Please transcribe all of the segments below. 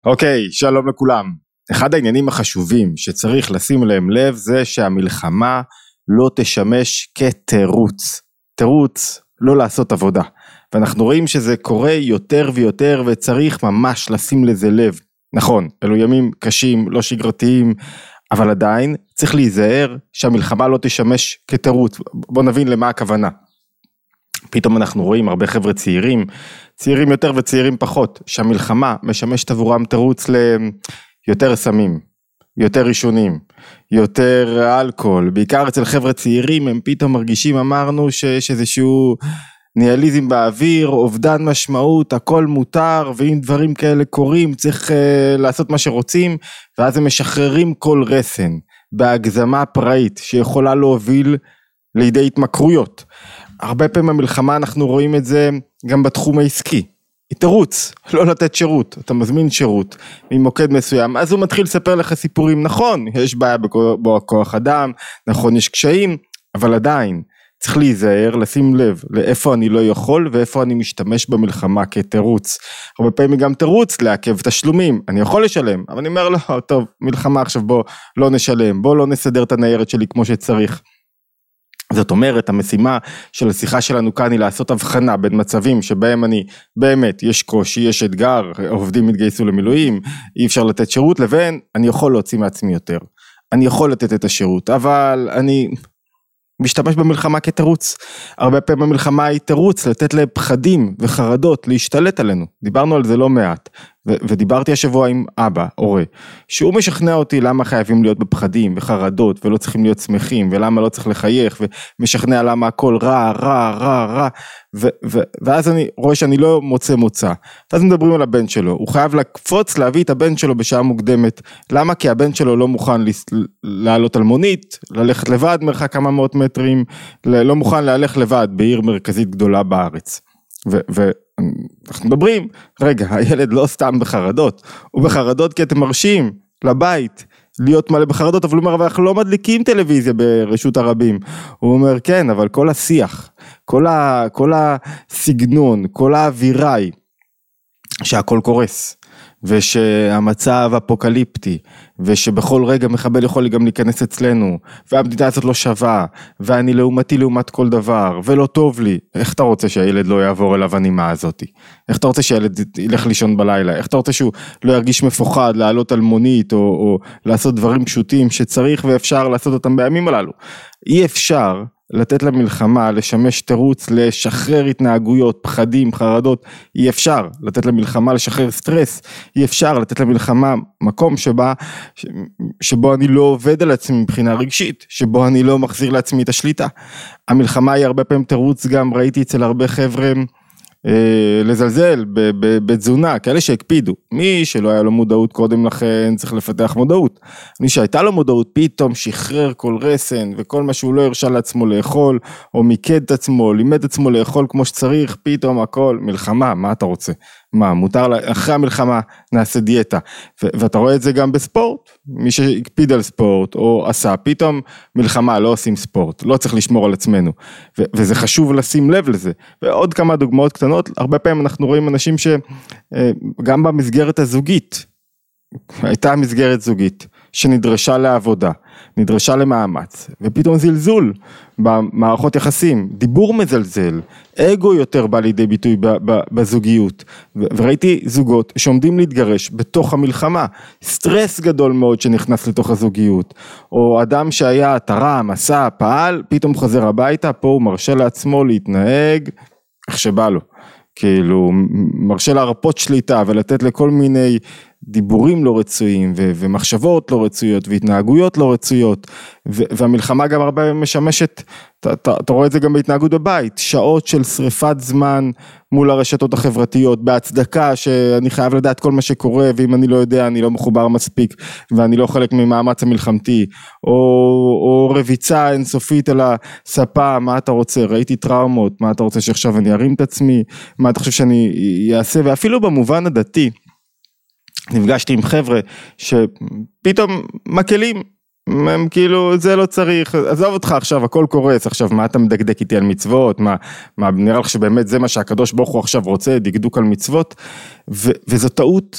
אוקיי, שלום לכולם. אחד העניינים החשובים שצריך לשים להם לב זה שהמלחמה לא תשמש כתירוץ. תירוץ לא לעשות עבודה. ואנחנו רואים שזה קורה יותר ויותר וצריך ממש לשים לזה לב. נכון, אלו ימים קשים, לא שגרתיים, אבל עדיין צריך להיזהר שהמלחמה לא תשמש כתירוץ. בוא נבין למה הכוונה. פתאום אנחנו רואים הרבה חבר'ה צעירים יותר וצעירים פחות, שהמלחמה משמשת עבורם תירוץ ליותר סמים, יותר ראשונים, יותר אלכוהול, בעיקר אצל חבר'ה צעירים הם פתאום מרגישים, אמרנו שיש איזשהו ניאליזם באוויר, אובדן משמעות, הכל מותר, ואם דברים כאלה קורים צריך לעשות מה שרוצים, ואז הם משחררים כל רסן, בהגזמה פראית שיכולה להוביל לידי התמכרויות. הרבה פעמים במלחמה אנחנו רואים את זה גם בתחום העסקי. תירוץ, לא לתת שירות. אתה מזמין שירות ממוקד מסוים, אז הוא מתחיל לספר לך סיפורים. נכון, יש בעיה בכוח אדם, נכון, יש קשיים, אבל עדיין צריך להיזהר, לשים לב לאיפה אני לא יכול ואיפה אני משתמש במלחמה כתירוץ. הרבה פעמים גם תירוץ לעכב תשלומים. אני יכול לשלם, אבל אני אומר לו, טוב, מלחמה עכשיו בוא לא נשלם, בוא לא נסדר את הניירת שלי כמו שצריך. זאת אומרת, המשימה של השיחה שלנו כאן היא לעשות הבחנה בין מצבים שבהם אני באמת, יש קושי, יש אתגר, עובדים התגייסו למילואים, אי אפשר לתת שירות, לבין אני יכול להוציא מעצמי יותר. אני יכול לתת את השירות, אבל אני משתמש במלחמה כתירוץ. הרבה פעמים המלחמה היא תירוץ, לתת להם פחדים וחרדות, להשתלט עלינו. דיברנו על זה לא מעט, ודיברתי השבוע עם אבא, הורה, שהוא משכנע אותי למה חייבים להיות בפחדים וחרדות, ולא צריכים להיות שמחים, ולמה לא צריך לחייך, ומשכנע למה הכל רע, ואז אני רואה שאני לא מוצא מוצא. ואז מדברים על הבן שלו, הוא חייב לקפוץ להביא את הבן שלו בשעה מוקדמת. למה? כי הבן שלו לא מוכן לעלות על מונית, ללכת לבד מרחק כמה מאות מטרים, לא מוכן להלך לבד בעיר מרכזית גדולה בארץ. ואנחנו מדברים, רגע, הילד לא סתם בחרדות, הוא בחרדות כי אתם מרשים לבית להיות מלא בחרדות, אבל הוא אומר, אבל אנחנו לא מדליקים טלוויזיה ברשות הרבים. הוא אומר, כן, אבל כל השיח, כל הסגנון, כל האווירה היא שהכל קורס, ושהמצב אפוקליפטי, ושבכל רגע מחבל יכול גם להיכנס אצלנו, והמדינה הזאת לא שווה, ואני לעומתי לעומת כל דבר, ולא טוב לי. איך אתה רוצה שהילד לא יעבור אליו הנימה הזאת? איך אתה רוצה שהילד ילך לישון בלילה? איך אתה רוצה שהוא לא ירגיש מפוחד לעלות על מונית, או לעשות דברים פשוטים שצריך ואפשר לעשות אותם בימים הללו? אי אפשר לתת למלחמה, לשמש תירוץ, לשחרר התנהגויות, פחדים, חרדות, אי אפשר לתת למלחמה, לשחרר סטרס, אי אפשר לתת למלחמה מקום שבו אני לא עובד על עצמי מבחינה רגשית, שבו אני לא מחזיר לעצמי את השליטה. המלחמה היא הרבה פעמים תירוץ, גם ראיתי אצל הרבה חבר'ה, לזלזל בתזונה, כאלה שהקפידו, מי שלא היה לו מודעות קודם לכן צריך לפתח מודעות, מי שהייתה לו מודעות פתאום שחרר כל רסן וכל מה שהוא לא הרשה לעצמו לאכול, או מיקד את עצמו, לימד עצמו לאכול כמו שצריך, פתאום הכל, מלחמה, מה אתה רוצה? מה, מותר, אחרי המלחמה נעשה דיאטה, ואתה רואה את זה גם בספורט, מי שהקפיד על ספורט או עשה, פתאום מלחמה, לא עושים ספורט, לא צריך לשמור על עצמנו, וזה חשוב לשים לב לזה. ועוד כמה דוגמאות קטנות, הרבה פעמים אנחנו רואים אנשים שגם במסגרת הזוגית, הייתה מסגרת זוגית, שנדרשה לעבודה, נדרשה למאמץ, ופתאום זלזול במערכות יחסים, דיבור מזלזל, אגו יותר בא לידי ביטוי בזוגיות, וראיתי זוגות שעומדים להתגרש בתוך המלחמה, סטרס גדול מאוד שנכנס לתוך הזוגיות, או אדם שהיה תרם, עשה, פעל, פתאום חוזר הביתה, פה הוא מרשה לעצמו להתנהג איך שבא לו, כאילו מרשה להרפות שליטה ולתת לכל מיני דיבורים לא רצויים ומחשבות לא רצויות והתנהגויות לא רצויות, והמלחמה גם הרבה משמשת, אתה רואה את זה גם בהתנהגות בבית, שעות של שריפת זמן מול הרשתות החברתיות, בהצדקה שאני חייב לדעת כל מה שקורה, ואם אני לא יודע אני לא מחובר מספיק ואני לא חלק ממאמץ המלחמתי, או רביצה אינסופית על הספה, מה אתה רוצה, ראיתי טראומות, מה אתה רוצה שעכשיו אני ארים את עצמי, מה אתה חושב שאני אעשה, ואפילו במובן הדתי, נפגשתי עם חבר'ה שפתאום מקלים, הם כאילו זה לא צריך, עזוב אותך עכשיו הכל קורס, עכשיו מה אתה מדקדק איתי על מצוות, מה נראה לך שבאמת זה מה שהקדוש ברוך הוא עכשיו רוצה, דקדוק על מצוות, וזו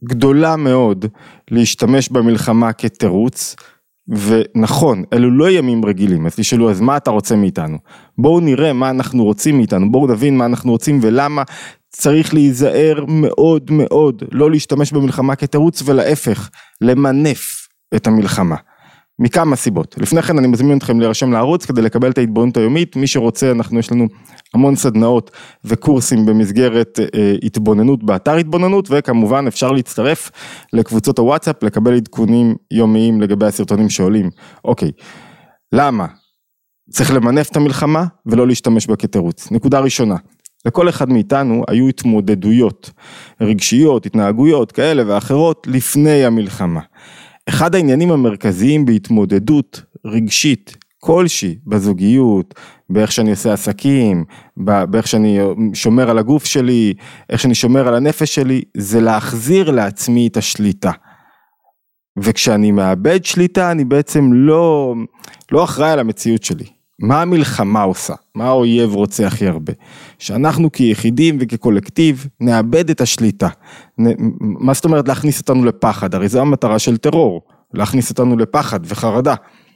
גדולה מאוד להשתמש במלחמה כתירוץ, ונכון, אלו לא ימים רגילים, אז תשאלו, אז מה אתה רוצה מאיתנו? בואו נראה מה אנחנו רוצים מאיתנו, בואו נבין מה אנחנו רוצים ולמה צריך להיזהר מאוד מאוד, לא להשתמש במלחמה כתירוץ ולהפך, למנף את המלחמה. מכמה סיבות. לפני כן אני מזמין אתכם להירשם לערוץ כדי לקבל את ההתבוננות היומית, מי שרוצה, יש לנו המון סדנאות וקורסים במסגרת התבוננות באתר התבוננות, וכמובן אפשר להצטרף לקבוצות הוואטסאפ, לקבל עדכונים יומיים לגבי הסרטונים שעולים. אוקיי, למה? צריך למנף את המלחמה ולא להשתמש בה כתירוץ. נקודה ראשונה, לכל אחד מאיתנו היו התמודדויות רגשיות, התנהגויות כאלה ואחרות לפני המלחמה. אחד העניינים המרכזיים בהתמודדות רגשית כלשהי, בזוגיות, באיך שאני עושה עסקים, באיך שאני שומר על הגוף שלי, איך שאני שומר על הנפש שלי, זה להחזיר לעצמי את השליטה. וכשאני מאבד שליטה, אני בעצם לא אחראי על המציאות שלי. מה המלחמה עושה? מה האויב רוצה הכי הרבה? שאנחנו כיחידים וכקולקטיב נאבד את השליטה. מה זאת אומרת להכניס אותנו לפחד? הרי זו המטרה של טרור, להכניס אותנו לפחד וחרדה.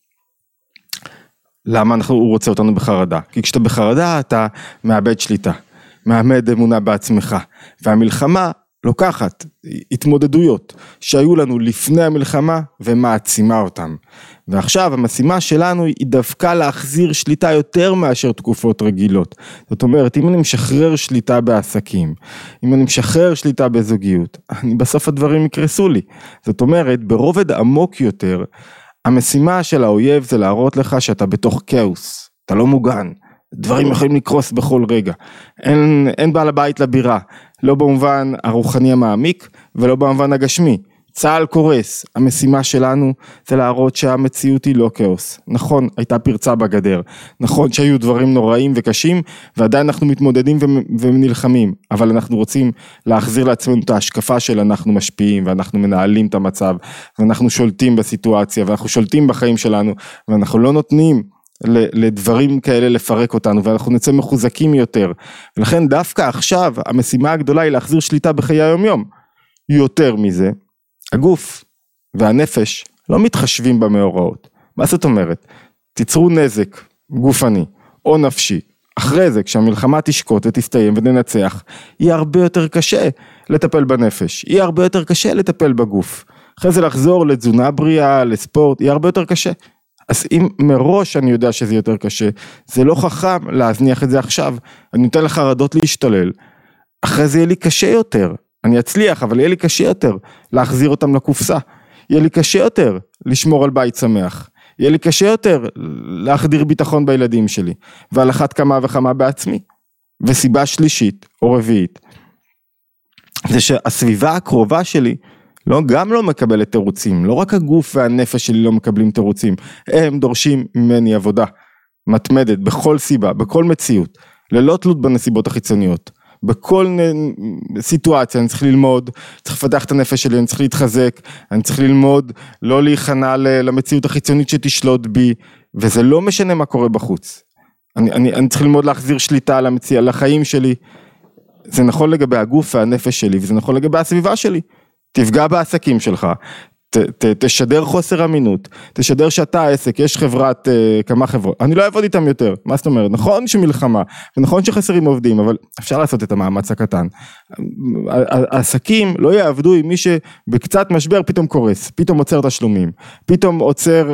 למה הוא רוצה אותנו בחרדה? כי כשאתה בחרדה אתה מאבד שליטה, מאבד אמונה בעצמך, והמלחמה לוקחת התמודדויות שהיו לנו לפני המלחמה ומעצימה אותם. ועכשיו המשימה שלנו היא דווקא להחזיר שליטה יותר מאשר תקופות רגילות. זאת אומרת, אם אני משחרר שליטה בעסקים, אם אני משחרר שליטה בזוגיות, בסוף הדברים יקרסו לי. זאת אומרת, ברובד עמוק יותר, המשימה של האויב זה להראות לך שאתה בתוך כאוס, אתה לא מוגן. דברים יכולים לקרוס בכל רגע, אין בעל הבית לבירה, לא במובן הרוחני המעמיק ולא במובן הגשמי. צהל קורס, המשימה שלנו זה להראות שהמציאות היא לא כאוס. נכון, הייתה פרצה בגדר, נכון שהיו דברים נוראים וקשים, ועדיין אנחנו מתמודדים ונלחמים, אבל אנחנו רוצים להחזיר לעצמנו את ההשקפה של אנחנו משפיעים, ואנחנו מנהלים את המצב, ואנחנו שולטים בסיטואציה, ואנחנו שולטים בחיים שלנו, ואנחנו לא נותנים לדברים כאלה לפרק אותנו, ואנחנו נצא מחוזקים יותר. ולכן דווקא עכשיו המשימה הגדולה היא להחזיר שליטה בחיי היום-יום. יותר מזה, הגוף והנפש לא מתחשבים במאורעות. מה זאת אומרת? תיצרו נזק גופני או נפשי. אחרי זה, כשהמלחמה תשקוט ותסתיים וננצח, יהיה הרבה יותר קשה לטפל בנפש. יהיה הרבה יותר קשה לטפל בגוף. אחרי זה לחזור לתזונה בריאה, לספורט, יהיה הרבה יותר קשה. אז אם מראש אני יודע שזה יותר קשה, זה לא חכם להזניח את זה עכשיו. אני נותן לך חרדות להשתולל. אחרי זה יהיה לי קשה יותר. אני אצליח, אבל יהיה לי קשה יותר להחזיר אותם לקופסה. יהיה לי קשה יותר לשמור על בית שמח. יהיה לי קשה יותר להחדיר ביטחון בילדים שלי. ועל אחת כמה וכמה בעצמי. וסיבה שלישית או רביעית, זה שהסביבה הקרובה שלי, גם לא מקבלת תירוצים, לא רק הגוף והנפש שלי לא מקבלים תירוצים, הם דורשים ממני עבודה מתמדת, בכל סיבה, בכל מציאות, ללא תלות בנסיבות החיצוניות, בכל סיטואציה אני צריך ללמוד, צריך לפתח את הנפש שלי, אני צריך להתחזק, אני צריך ללמוד, לא להיכנע למציאות החיצונית שתשלוט בי, וזה לא משנה מה קורה בחוץ, אני צריך ללמוד להחזיר שליטה על החיים שלי, זה נכון לגבי הגוף והנפש שלי, וזה נכון לגבי הסביבה שלי, תפגע בעסקים שלך, תשדר חוסר אמינות, תשדר שאתה העסק, יש חברת, כמה חברות, אני לא אעבוד איתם יותר, מה זאת אומרת? נכון שמלחמה, ונכון שחסרים עובדים, אבל אפשר לעשות את המאמץ הקטן. העסקים לא יעבדו עם מי שבקצת משבר פתאום קורס, פתאום עוצר תשלומים, פתאום עוצר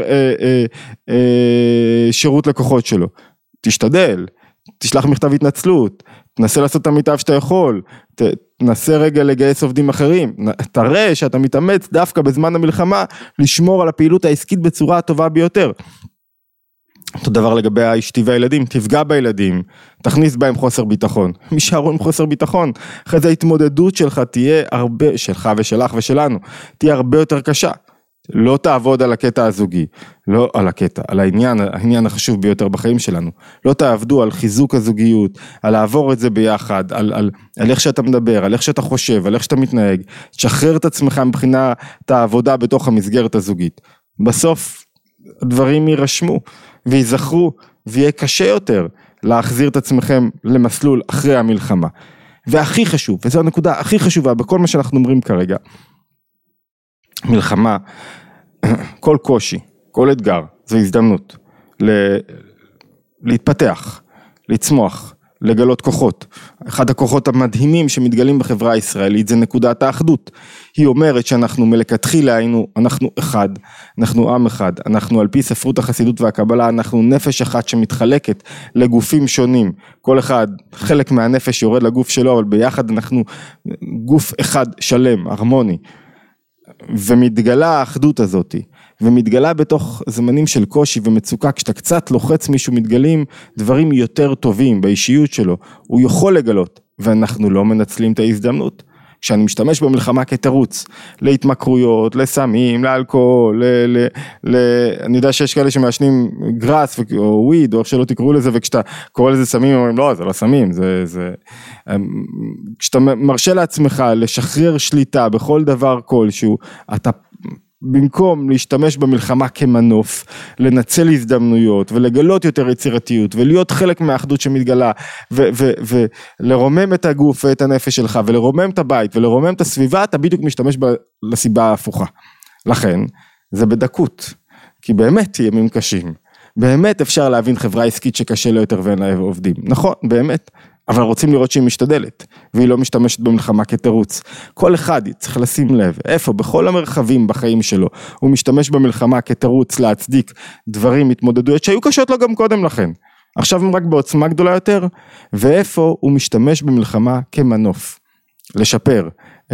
שירות לקוחות שלו. תשתדל, תשלח מכתב התנצלות, תנסה לעשות את המיטב שאתה יכול, תנסה רגע לגייס עובדים אחרים, תראה שאתה מתאמץ דווקא בזמן המלחמה, לשמור על הפעילות העסקית בצורה הטובה ביותר. אותו דבר לגבי האשתי והילדים, תפגע בילדים, תכניס בהם חוסר ביטחון, מי שערו עם חוסר ביטחון, אחרי זה ההתמודדות שלך תהיה הרבה, שלך ושלך ושלנו, תהיה הרבה יותר קשה. לא תעבוד על הקטע הזוגי, לא על הקטע, על העניין החשוב ביותר בחיים שלנו, לא תעבדו על חיזוק הזוגיות, על לעבור את זה ביחד, על איך שאתה מדבר, על איך שאתה חושב, על איך שאתה מתנהג, תשחרר את עצמך מבחינת העבודה בתוך המסגרת הזוגית, בסוף הדברים יירשמו ויזכרו, ויהיה קשה יותר להחזיר את עצמכם למסלול אחרי המלחמה, והכי חשוב, וזו הנקודה הכי חשובה בכל מה שאנחנו אומרים כרגע, מלחמה, כל קושי, כל אתגר, זו הזדמנות להתפתח, לצמוח, לגלות כוחות. אחד הכוחות המדהימים שמתגלים בחברה הישראלית זה נקודת האחדות. היא אומרת שאנחנו מלכתחילה אנחנו אחד, אנחנו עם אחד, אנחנו על פי ספרות החסידות והקבלה, אנחנו נפש אחת שמתחלקת לגופים שונים. כל אחד, חלק מהנפש יורד לגוף שלו, אבל ביחד אנחנו גוף אחד שלם, הרמוני. ומתגלה האחדות הזאת, ומתגלה בתוך זמנים של קושי ומצוקה, כשאתה קצת לוחץ מישהו, מתגלים דברים יותר טובים באישיות שלו, הוא יכול לגלות, ואנחנו לא מנצלים את ההזדמנות. כשאני משתמש במלחמה כתירוץ, להתמכרויות, לסמים, לאלכוהול, אני יודע שיש כאלה שמעשנים גראס או וויד, או איך שלא תקראו לזה, וכשאתה קורא לזה סמים, אומרים לא, זה לא סמים, כשאתה מרשה לעצמך לשחרר שליטה בכל דבר כלשהו, אתה במקום להשתמש במלחמה כמנוף, לנצל הזדמנויות ולגלות יותר יצירתיות ולהיות חלק מהאחדות שמתגלה ולרומם את הגוף ואת הנפש שלך ולרומם את הבית ולרומם את הסביבה, אתה בדיוק משתמש לסיבה ההפוכה. לכן זה בדקות, כי באמת ימים קשים, באמת אפשר להבין חברה עסקית שקשה לה יותר ואין לה עובדים, נכון, באמת, אבל רוצים לראות שהיא משתדלת, והיא לא משתמשת במלחמה כתירוץ. כל אחד צריך לשים לב, איפה, בכל המרחבים בחיים שלו, הוא משתמש במלחמה כתירוץ להצדיק דברים, התמודדויות שהיו קשות לו גם קודם לכן. עכשיו הם רק בעוצמה גדולה יותר, ואיפה הוא משתמש במלחמה כמנוף, לשפר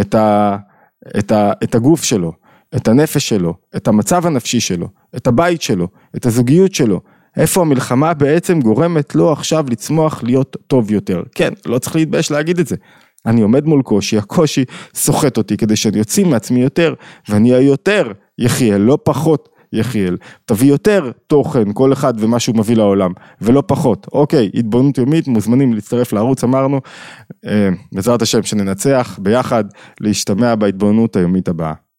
את הגוף שלו, את הנפש שלו, את המצב הנפשי שלו, את הבית שלו, את הזוגיות שלו, איפה המלחמה בעצם גורמת לו עכשיו לצמוח להיות טוב יותר. כן, לא צריך להתבייש להגיד את זה. אני עומד מול קושי, הקושי סוחט אותי כדי שאני יוציא מעצמי יותר, ואני אהיה יותר יחיאל, לא פחות יחיאל. תביא יותר תוכן, כל אחד ומה שהוא מביא לעולם, ולא פחות. אוקיי, התבוננות יומית, מוזמנים להצטרף לערוץ, אמרנו, בעזרת השם שננצח ביחד, להשתמע בהתבוננות היומית הבאה.